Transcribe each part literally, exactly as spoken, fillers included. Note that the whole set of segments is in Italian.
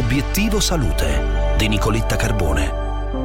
Obiettivo Salute di Nicoletta Carbone.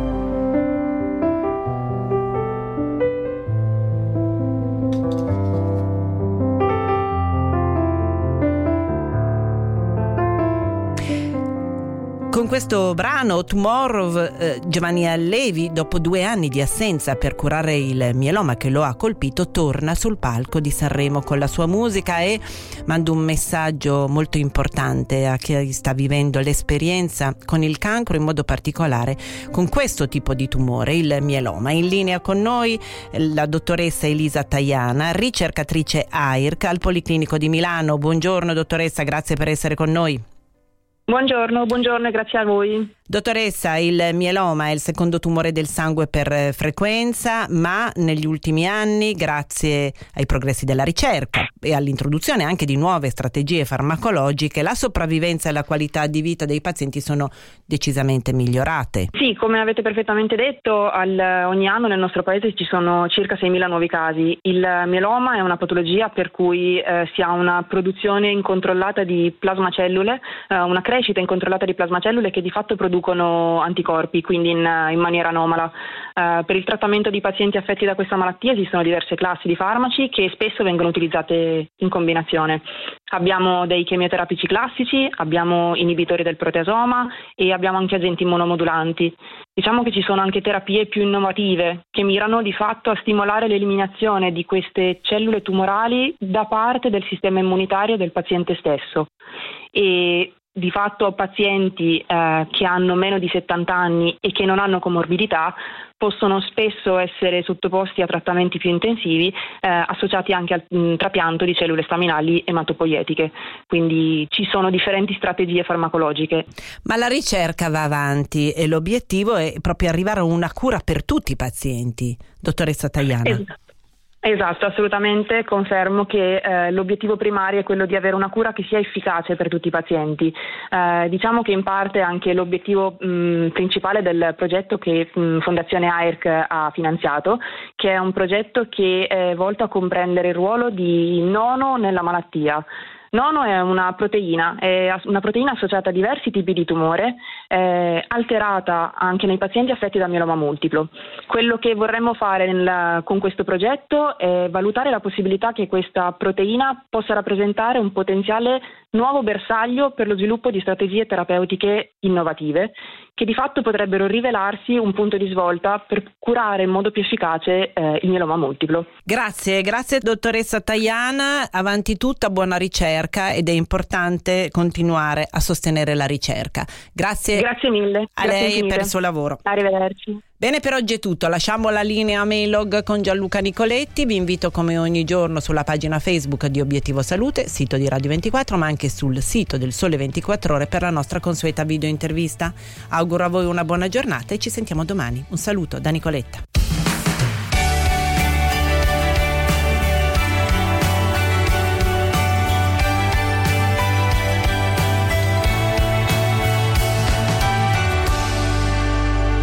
Con questo brano Tomorrow eh, Giovanni Allevi, dopo due anni di assenza per curare il mieloma che lo ha colpito, torna sul palco di Sanremo con la sua musica e manda un messaggio molto importante a chi sta vivendo l'esperienza con il cancro, in modo particolare con questo tipo di tumore, il mieloma. In linea con noi la dottoressa Elisa Tajana, ricercatrice A I R C al Policlinico di Milano. Buongiorno dottoressa, grazie per essere con noi. Buongiorno, buongiorno e grazie a voi. Dottoressa, il mieloma è il secondo tumore del sangue per frequenza, ma negli ultimi anni, grazie ai progressi della ricerca e all'introduzione anche di nuove strategie farmacologiche, la sopravvivenza e la qualità di vita dei pazienti sono decisamente migliorate. Sì, come avete perfettamente detto, al, ogni anno nel nostro paese ci sono circa seimila nuovi casi. Il mieloma è una patologia per cui eh, si ha una produzione incontrollata di plasmacellule, eh, una crescita incontrollata di plasmacellule che di fatto producono anticorpi, quindi in, in maniera anomala. Uh, per il trattamento di pazienti affetti da questa malattia esistono diverse classi di farmaci che spesso vengono utilizzate in combinazione. Abbiamo dei chemioterapici classici, abbiamo inibitori del proteasoma e abbiamo anche agenti immunomodulanti. Diciamo che ci sono anche terapie più innovative che mirano di fatto a stimolare l'eliminazione di queste cellule tumorali da parte del sistema immunitario del paziente stesso. E di fatto pazienti eh, che hanno meno di settanta anni e che non hanno comorbidità possono spesso essere sottoposti a trattamenti più intensivi eh, associati anche al mh, trapianto di cellule staminali ematopoietiche. Quindi ci sono differenti strategie farmacologiche. Ma la ricerca va avanti e l'obiettivo è proprio arrivare a una cura per tutti i pazienti, dottoressa Tajana. Esatto. Esatto, assolutamente confermo che eh, l'obiettivo primario è quello di avere una cura che sia efficace per tutti i pazienti. Eh, diciamo che in parte anche l'obiettivo mh, principale del progetto che mh, Fondazione A I R C ha finanziato, che è un progetto che è volto a comprendere il ruolo di nono nella malattia. Nono è una proteina, è una proteina associata a diversi tipi di tumore, eh, alterata anche nei pazienti affetti da mieloma multiplo. Quello che vorremmo fare nel, con questo progetto è valutare la possibilità che questa proteina possa rappresentare un potenziale nuovo bersaglio per lo sviluppo di strategie terapeutiche innovative che di fatto potrebbero rivelarsi un punto di svolta per curare in modo più efficace eh, il mieloma multiplo. Grazie, grazie dottoressa Tajana, avanti tutta, buona ricerca ed è importante continuare a sostenere la ricerca. Grazie, grazie mille a grazie lei infinite. per il suo lavoro. Arrivederci. Bene, per oggi è tutto, lasciamo la linea Mailog con Gianluca Nicoletti, vi invito come ogni giorno sulla pagina Facebook di Obiettivo Salute, sito di Radio ventiquattro, ma anche sul sito del Sole ventiquattro Ore per la nostra consueta video intervista. Auguro a voi una buona giornata e ci sentiamo domani. Un saluto da Nicoletta.